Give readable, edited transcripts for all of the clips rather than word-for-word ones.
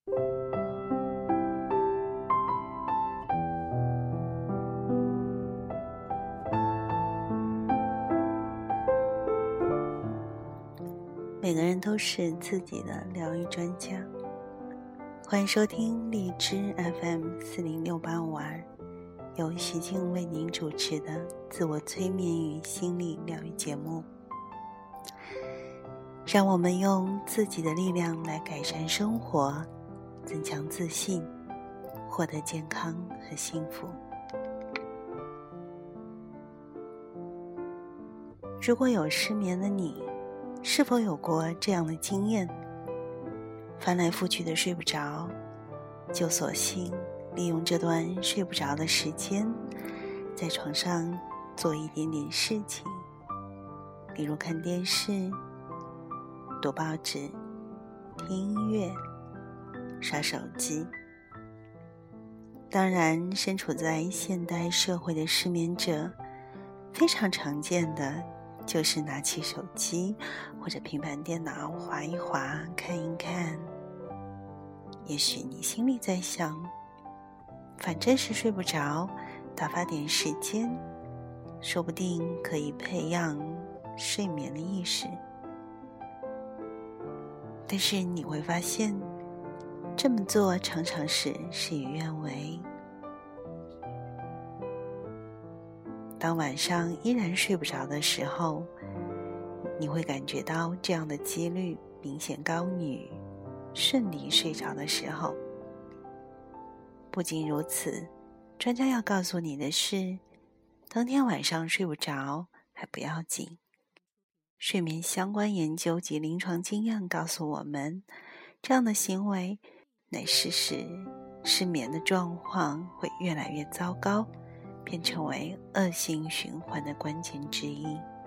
每个人都是自己的疗愈专家。欢迎收听荔枝 FM40685，由徐静为您主持的自我催眠与心理疗愈节目。让我们用自己的力量来改善生活，增强自信，获得健康和幸福。如果有失眠的你，是否有过这样的经验？翻来覆去的睡不着，就索性利用这段睡不着的时间，在床上做一点点事情，比如看电视、读报纸、听音乐、刷手机。当然，身处在现代社会的失眠者，非常常见的就是拿起手机或者平板电脑滑一滑，看一看。也许你心里在想，反正是睡不着，打发点时间，说不定可以培养睡眠的意识。但是你会发现，这么做常常是事与愿违。当晚上依然睡不着的时候，你会感觉到这样的几率明显高于顺利睡着的时候。不仅如此，专家要告诉你的是，当天晚上睡不着还不要紧。睡眠相关研究及临床经验告诉我们，这样的行为乃使失眠的状况会越来越糟糕，便成为恶性循环的关键之一。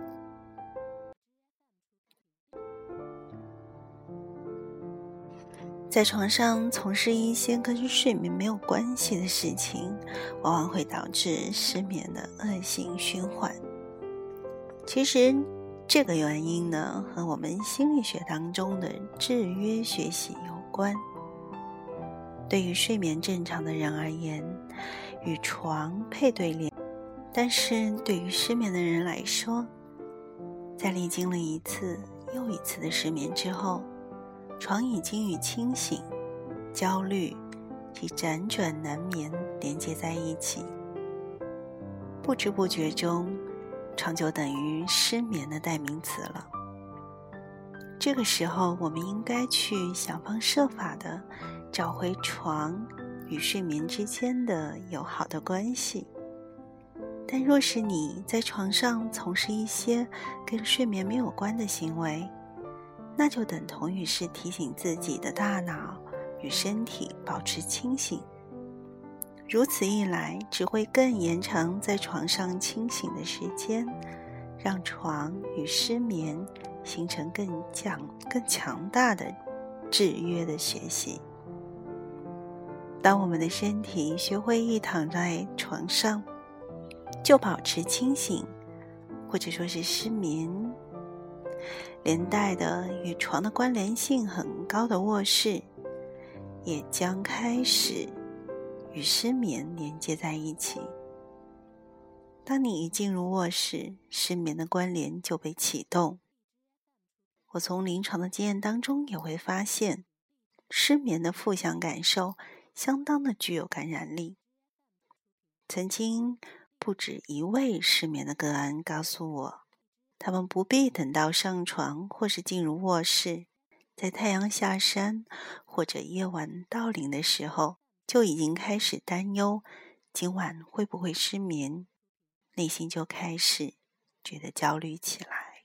在床上从事一些跟睡眠没有关系的事情，往往会导致失眠的恶性循环。其实这个原因呢，和我们心理学当中的制约学习有关。对于睡眠正常的人而言，与床配对联，但是对于失眠的人来说，在历经了一次又一次的失眠之后，床已经与清醒、焦虑及辗转难眠连接在一起，不知不觉中，床就等于失眠的代名词了。这个时候，我们应该去想方设法的找回床与睡眠之间的友好的关系。但若是你在床上从事一些跟睡眠没有关的行为，那就等同于是提醒自己的大脑与身体保持清醒。如此一来，只会更延长在床上清醒的时间，让床与失眠形成更强大的制约的学习。当我们的身体学会一躺在床上就保持清醒，或者说是失眠，连带的与床的关联性很高的卧室，也将开始与失眠连接在一起。当你一进入卧室，失眠的关联就被启动。我从临床的经验当中也会发现，失眠的负向感受相当的具有感染力。曾经不止一位失眠的个案告诉我，他们不必等到上床或是进入卧室，在太阳下山或者夜晚到临的时候，就已经开始担忧今晚会不会失眠，内心就开始觉得焦虑起来。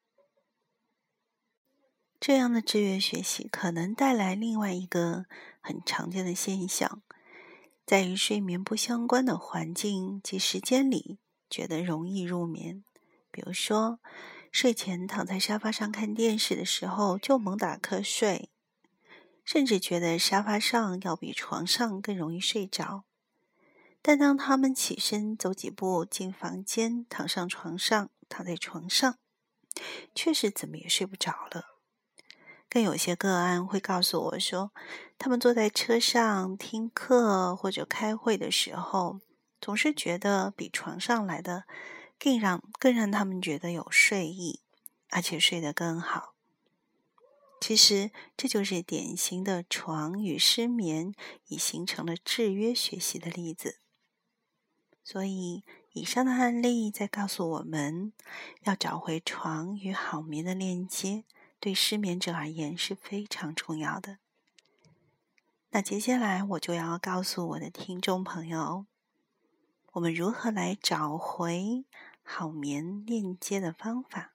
这样的制约学习可能带来另外一个很常见的现象，在与睡眠不相关的环境及时间里觉得容易入眠。比如说，睡前躺在沙发上看电视的时候就猛打瞌睡，甚至觉得沙发上要比床上更容易睡着。但当他们起身走几步进房间，躺在床上，确实怎么也睡不着了。 更有些个案会告诉我说，他们坐在车上听课或者开会的时候，总是觉得比床上来的更让他们觉得有睡意，而且睡得更好。其实这就是典型的床与失眠已形成了制约学习的例子。所以以上的案例在告诉我们，要找回床与好眠的链接，对失眠者而言是非常重要的。那接下来我就要告诉我的听众朋友，我们如何来找回好眠链接的方法。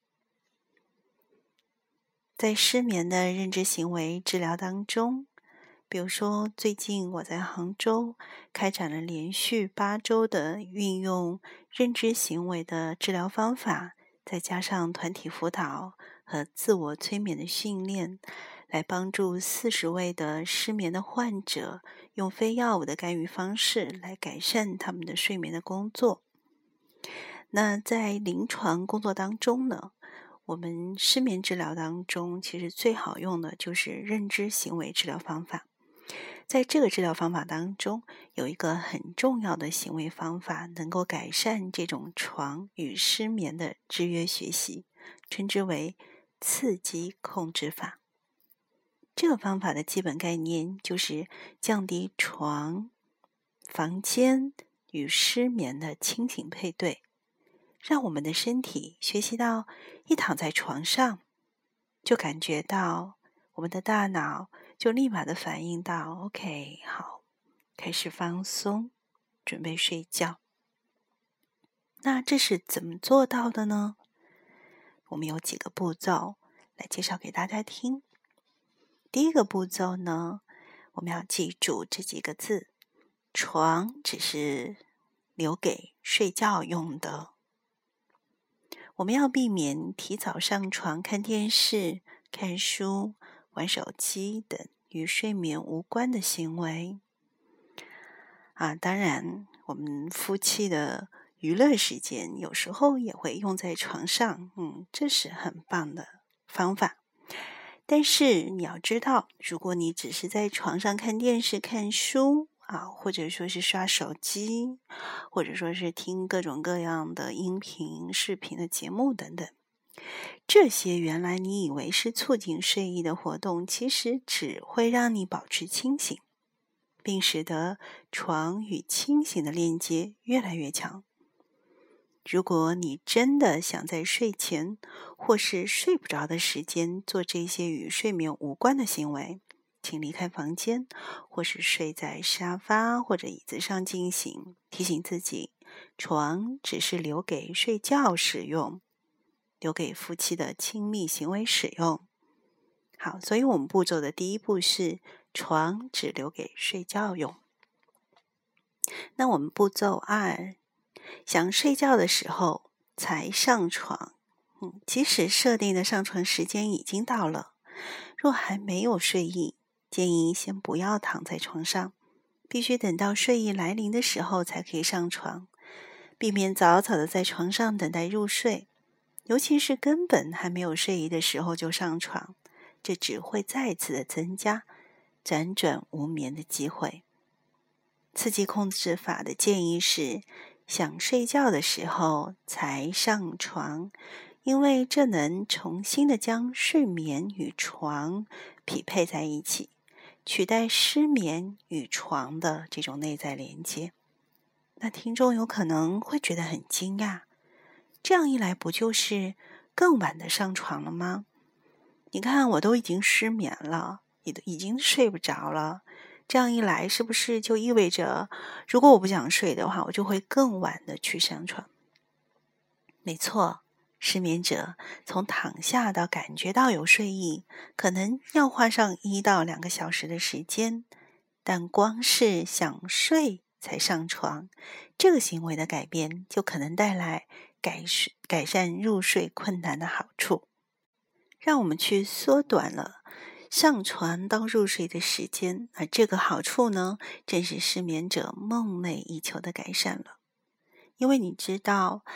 在失眠的认知行为治疗当中，比如说最近我在杭州开展了连续8周的运用认知行为的治疗方法，再加上团体辅导和自我催眠的训练，来帮助40位的失眠的患者用非药物的干预方式来改善他们的睡眠的工作。那在临床工作当中呢，我们失眠治疗当中其实最好用的就是认知行为治疗方法。在这个治疗方法当中，有一个很重要的行为方法能够改善这种床与失眠的制约学习，称之为刺激控制法。这个方法的基本概念就是降低床、房间与失眠的清醒配对，让我们的身体学习到一躺在床上，就感觉到我们的大脑就立马的反应到 OK， 好，开始放松，准备睡觉。那这是怎么做到的呢？我们有几个步骤来介绍给大家听。第一个步骤呢，我们要记住这几个字：床只是留给睡觉用的。我们要避免提早上床看电视、看书、玩手机等与睡眠无关的行为。当然，我们夫妻的娱乐时间有时候也会用在床上，这是很棒的方法。但是你要知道，如果你只是在床上看电视、看书或者说是刷手机，或者说是听各种各样的音频、视频的节目等等，这些原来你以为是促进睡意的活动，其实只会让你保持清醒，并使得床与清醒的链接越来越强。如果你真的想在睡前或是睡不着的时间做这些与睡眠无关的行为，请离开房间，或是睡在沙发或者椅子上进行，提醒自己，床只是留给睡觉使用，留给夫妻的亲密行为使用。好，所以我们步骤的第一步是床只留给睡觉用。那我们步骤2，想睡觉的时候才上床，即使设定的上床时间已经到了，若还没有睡意，建议先不要躺在床上，必须等到睡意来临的时候才可以上床，避免早早的在床上等待入睡，尤其是根本还没有睡意的时候就上床，这只会再次的增加辗转无眠的机会。刺激控制法的建议是想睡觉的时候才上床，因为这能重新的将睡眠与床匹配在一起，取代失眠与床的这种内在连接。那听众有可能会觉得很惊讶，这样一来不就是更晚的上床了吗？你看我都已经失眠了，已经睡不着了，这样一来是不是就意味着如果我不想睡的话，我就会更晚的去上床？没错，失眠者从躺下到感觉到有睡意，可能要花上1到2个小时的时间，但光是想睡才上床，这个行为的改变就可能带来改善入睡困难的好处，让我们去缩短了上床到入睡的时间，而这个好处呢，正是失眠者梦寐以求的改善了。因为你知道，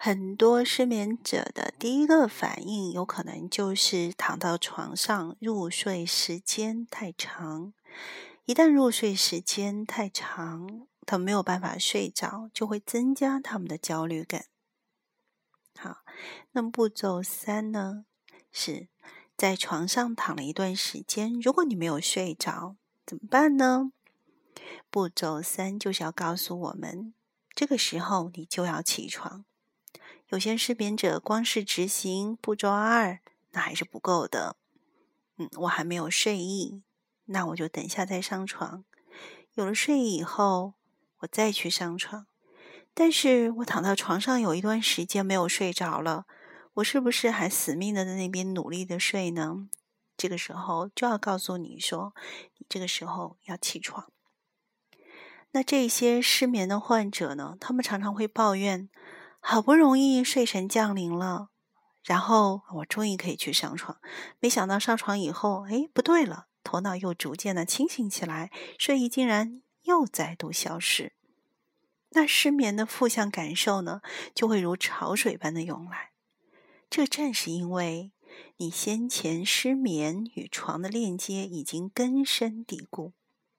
很多失眠者的第一个反应有可能就是躺到床上入睡时间太长。一旦入睡时间太长，他们没有办法睡着，就会增加他们的焦虑感。好，那么步骤3呢，是在床上躺了一段时间，如果你没有睡着，怎么办呢？步骤3就是要告诉我们，这个时候你就要起床。有些失眠者光是执行步骤2，那还是不够的。我还没有睡意，那我就等一下再上床。有了睡意以后，我再去上床。但是我躺到床上有一段时间没有睡着了，我是不是还死命的在那边努力的睡呢？这个时候就要告诉你说，你这个时候要起床。那这些失眠的患者呢，他们常常会抱怨，好不容易睡神降临了，然后我终于可以去上床，没想到上床以后，不对了，头脑又逐渐的清醒起来，睡意竟然又再度消失。那失眠的负向感受呢，就会如潮水般的涌来。这正是因为你先前失眠与床的链接已经根深蒂固。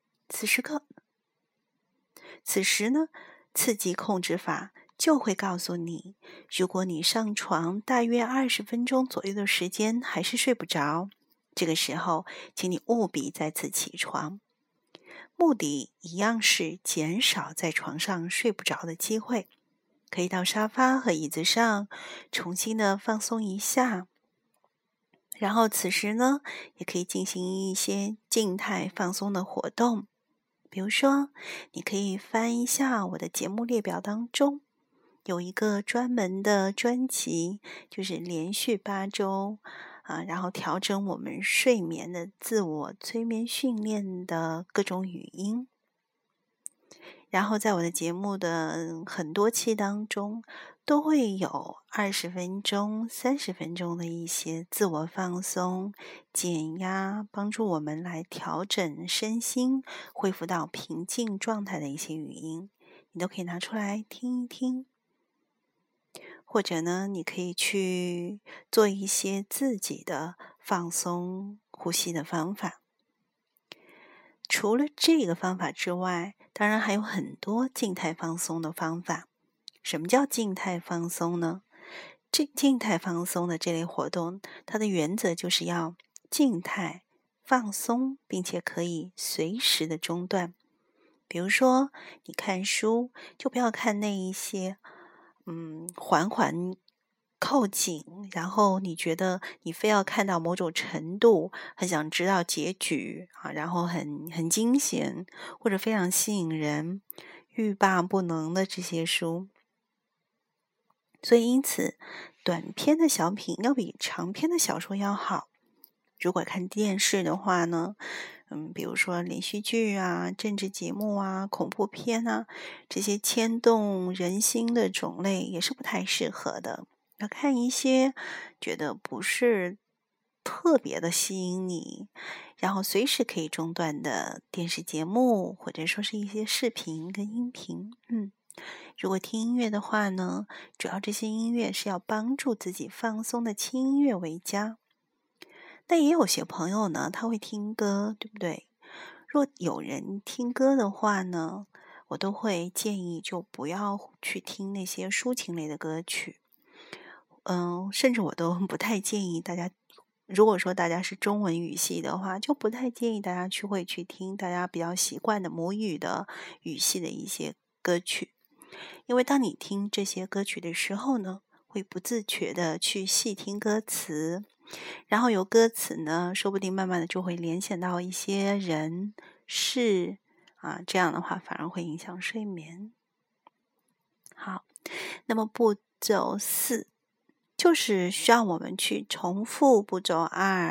此时呢，刺激控制法就会告诉你，如果你上床大约20分钟左右的时间还是睡不着，这个时候请你务必再次起床。目的一样是减少在床上睡不着的机会，可以到沙发和椅子上重新的放松一下，然后此时呢，也可以进行一些静态放松的活动。比如说，你可以翻一下我的节目列表当中，有一个专门的专辑，就是连续8周然后调整我们睡眠的自我催眠训练的各种语音。然后在我的节目的很多期当中，都会有20分钟、30分钟的一些自我放松、减压，帮助我们来调整身心，恢复到平静状态的一些语音，你都可以拿出来听一听。或者呢，你可以去做一些自己的放松呼吸的方法。除了这个方法之外，当然还有很多静态放松的方法。什么叫静态放松呢？静态放松的这类活动，它的原则就是要静态放松，并且可以随时的中断。比如说，你看书，就不要看那一些环环靠紧，然后你觉得你非要看到某种程度，很想知道结局然后很惊险，或者非常吸引人，欲罢不能的这些书。所以因此，短篇的小品要比长篇的小说要好。如果看电视的话呢，比如说连续剧政治节目恐怖片这些牵动人心的种类也是不太适合的。要看一些觉得不是特别的吸引你，然后随时可以中断的电视节目，或者说是一些视频跟音频。如果听音乐的话呢，主要这些音乐是要帮助自己放松的轻音乐为佳。但也有些朋友呢，他会听歌，对不对？若有人听歌的话呢，我都会建议就不要去听那些抒情类的歌曲。甚至我都不太建议大家，如果说大家是中文语系的话，就不太建议大家去听大家比较习惯的母语的语系的一些歌曲。因为当你听这些歌曲的时候呢，会不自觉的去细听歌词，然后由歌词呢，说不定慢慢的就会联想到一些人事这样的话反而会影响睡眠。好，那么步骤4就是需要我们去重复步骤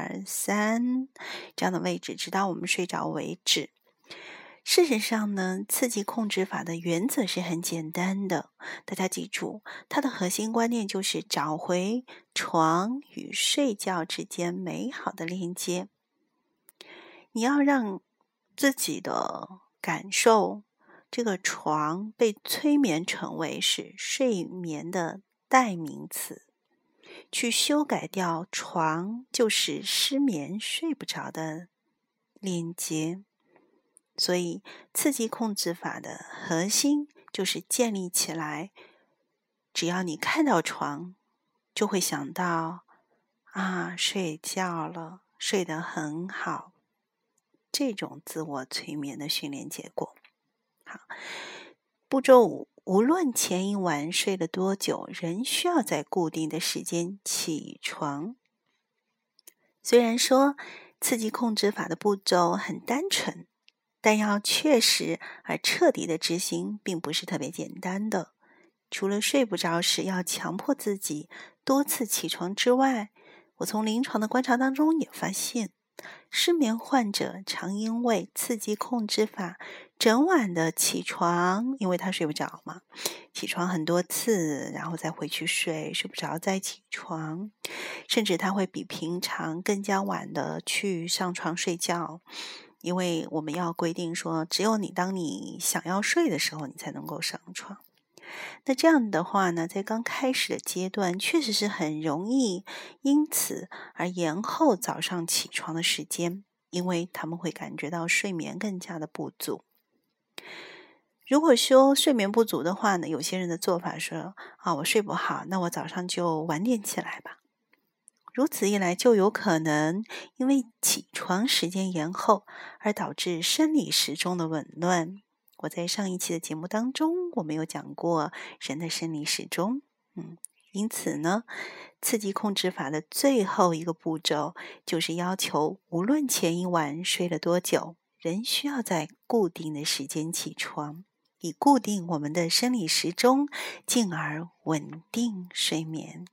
2、3这样的位置，直到我们睡着为止。事实上呢，刺激控制法的原则是很简单的，大家记住，它的核心观念就是找回床与睡觉之间美好的连接。你要让自己的感受，这个床被催眠成为是睡眠的代名词，去修改掉床就是失眠睡不着的链接。所以刺激控制法的核心就是建立起来，只要你看到床，就会想到睡觉了，睡得很好，这种自我催眠的训练结果。好，步骤5，无论前一晚睡了多久，仍需要在固定的时间起床。虽然说刺激控制法的步骤很单纯，但要确实而彻底的执行并不是特别简单的。除了睡不着时要强迫自己多次起床之外，我从临床的观察当中也发现，失眠患者常因为刺激控制法整晚的起床，因为他睡不着嘛，起床很多次，然后再回去睡，睡不着再起床，甚至他会比平常更加晚的去上床睡觉，因为我们要规定说，只有当你想要睡的时候，你才能够上床。那这样的话呢，在刚开始的阶段确实是很容易因此而延后早上起床的时间，因为他们会感觉到睡眠更加的不足。如果说睡眠不足的话呢，有些人的做法说我睡不好，那我早上就晚点起来吧。如此一来，就有可能因为起床时间延后而导致生理时钟的紊乱。我在上一期的节目当中，我们有讲过人的生理时钟。因此呢，刺激控制法的最后一个步骤就是要求，无论前一晚睡了多久，仍需要在固定的时间起床，以固定我们的生理时钟，进而稳定睡眠。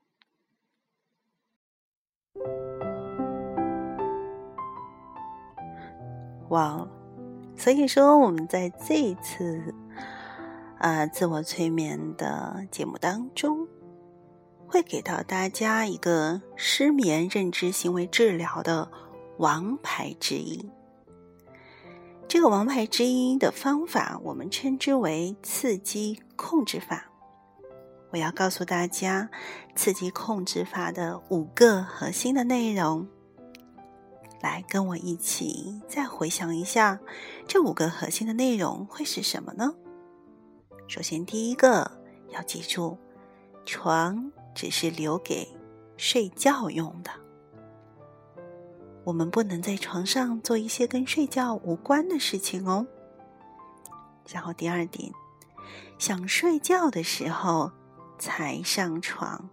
所以说我们在这一次自我催眠的节目当中，会给到大家一个失眠认知行为治疗的王牌之一。这个王牌之一的方法，我们称之为刺激控制法。我要告诉大家刺激控制法的5个核心的内容。来跟我一起再回想一下，这5个核心的内容会是什么呢？首先第一个要记住，床只是留给睡觉用的，我们不能在床上做一些跟睡觉无关的事情哦。然后第2点，想睡觉的时候才上床。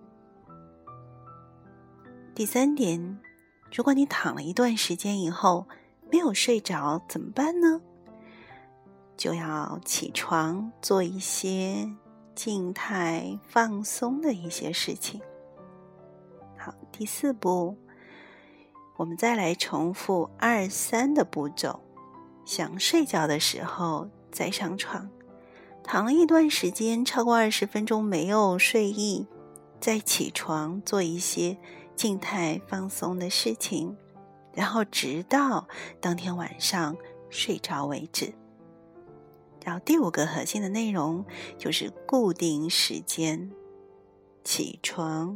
第3点，如果你躺了一段时间以后没有睡着怎么办呢？就要起床做一些静态放松的一些事情。好，第4步，我们再来重复2、3的步骤。想睡觉的时候再上床，躺了一段时间超过20分钟没有睡意，再起床做一些静态放松的事情，然后直到当天晚上睡着为止。然后第5个核心的内容就是固定时间起床。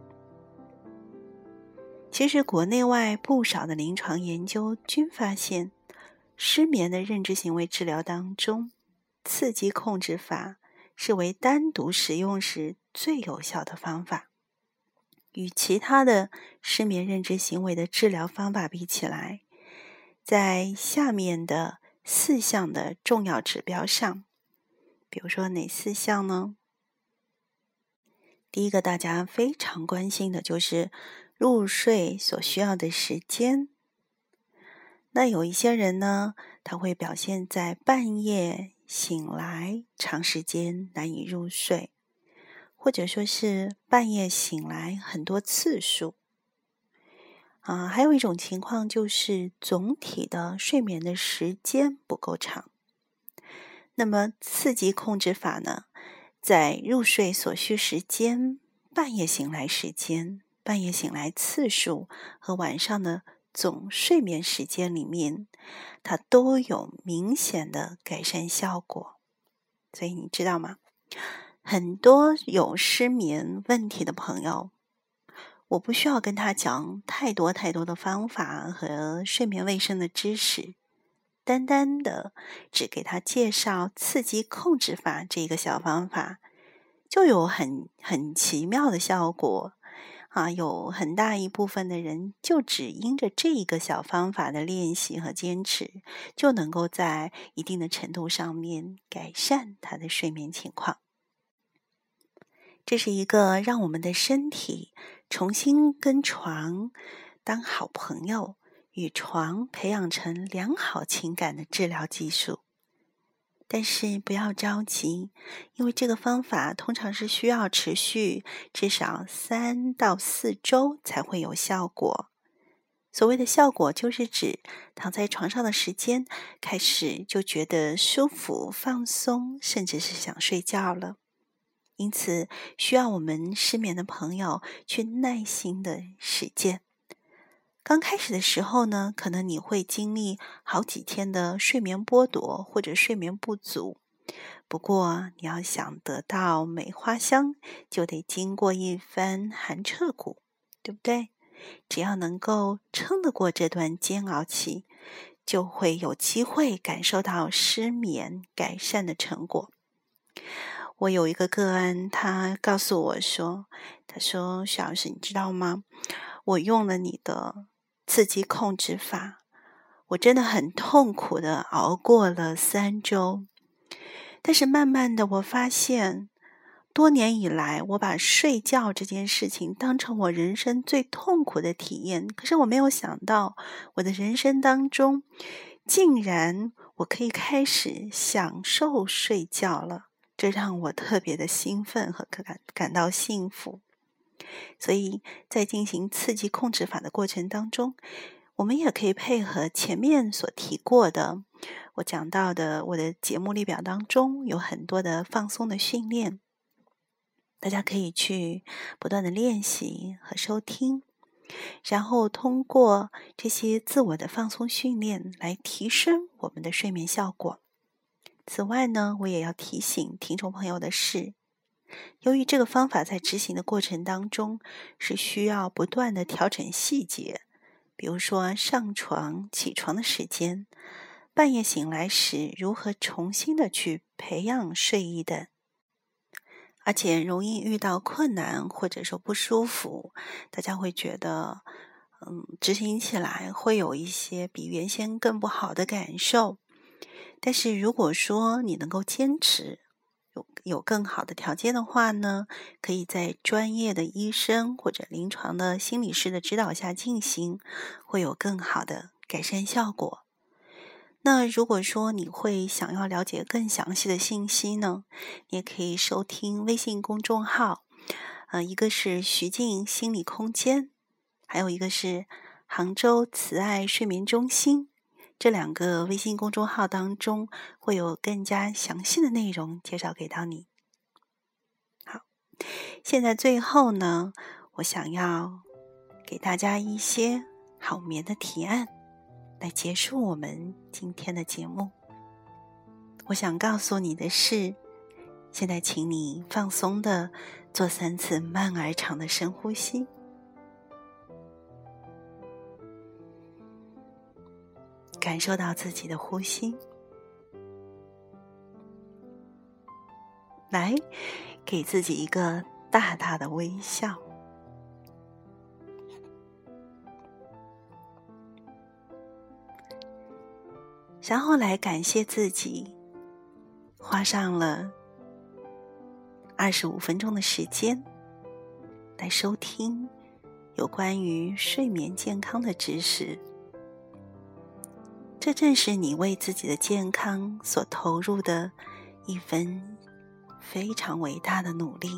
其实国内外不少的临床研究均发现，失眠的认知行为治疗当中，刺激控制法是为单独使用时最有效的方法。与其他的失眠认知行为的治疗方法比起来，在下面的4项的重要指标上，比如说哪4项呢？第一个大家非常关心的就是入睡所需要的时间。那有一些人呢，他会表现在半夜醒来，长时间难以入睡，或者说是半夜醒来很多次数。还有一种情况就是总体的睡眠的时间不够长。那么刺激控制法呢，在入睡所需时间、半夜醒来时间、半夜醒来次数和晚上的总睡眠时间里面，它都有明显的改善效果。所以你知道吗？ 很多有失眠问题的朋友，我不需要跟他讲太多的方法和睡眠卫生的知识，单单的只给他介绍刺激控制法这个小方法，就有很奇妙的效果啊！有很大一部分的人就只因着这一个小方法的练习和坚持，就能够在一定的程度上面改善他的睡眠情况。这是一个让我们的身体重新跟床当好朋友，与床培养成良好情感的治疗技术。但是不要着急，因为这个方法通常是需要持续至少3到4周才会有效果。所谓的效果，就是指躺在床上的时间开始就觉得舒服、放松，甚至是想睡觉了。因此，需要我们失眠的朋友去耐心的实践。刚开始的时候呢，可能你会经历好几天的睡眠剥夺或者睡眠不足。不过，你要想得到梅花香，就得经过一番寒彻骨，对不对？只要能够撑得过这段煎熬期，就会有机会感受到失眠改善的成果。我有一个个案，他告诉我说，他说，徐老师，你知道吗？我用了你的刺激控制法，我真的很痛苦的熬过了3周。但是慢慢的我发现，多年以来，我把睡觉这件事情当成我人生最痛苦的体验。可是我没有想到，我的人生当中，竟然我可以开始享受睡觉了。这让我特别的兴奋和感到幸福。所以在进行刺激控制法的过程当中，我们也可以配合前面所提过的，我讲到的我的节目列表当中有很多的放松的训练，大家可以去不断的练习和收听，然后通过这些自我的放松训练来提升我们的睡眠效果。此外呢，我也要提醒听众朋友的是，由于这个方法在执行的过程当中是需要不断的调整细节，比如说上床、起床的时间，半夜醒来时如何重新的去培养睡意的，而且容易遇到困难或者说不舒服，大家会觉得执行起来会有一些比原先更不好的感受。但是如果说你能够坚持，有更好的条件的话呢，可以在专业的医生或者临床的心理师的指导下进行，会有更好的改善效果。那如果说你会想要了解更详细的信息呢，你也可以收听微信公众号，一个是徐静心理空间，还有一个是杭州慈爱睡眠中心。这2个微信公众号当中会有更加详细的内容介绍给到你。好，现在最后呢，我想要给大家一些好眠的提案，来结束我们今天的节目。我想告诉你的是，现在请你放松的做3次慢而长的深呼吸。感受到自己的呼吸，来，给自己一个大大的微笑，然后来感谢自己花上了25分钟的时间来收听有关于睡眠健康的知识。这正是你为自己的健康所投入的一份非常伟大的努力。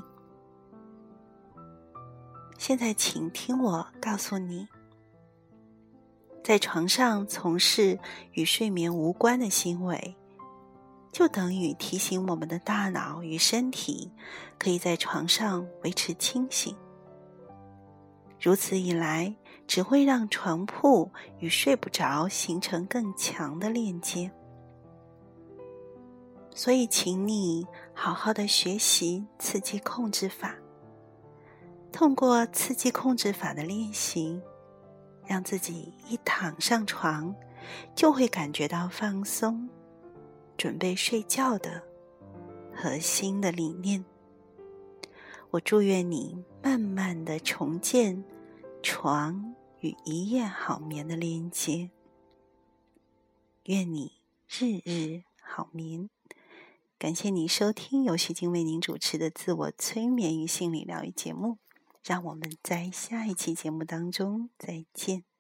现在请听我告诉你，在床上从事与睡眠无关的行为，就等于提醒我们的大脑与身体可以在床上维持清醒。如此一来，只会让床铺与睡不着形成更强的链接。 所以请你好好的学习刺激控制法。通过刺激控制法的练习，让自己一躺上床就会感觉到放松，准备睡觉的核心的理念。我祝愿你慢慢的重建床与一夜好眠的连接，愿你日日好眠。感谢你收听由徐静为您主持的自我催眠与心理疗愈节目，让我们在下一期节目当中再见。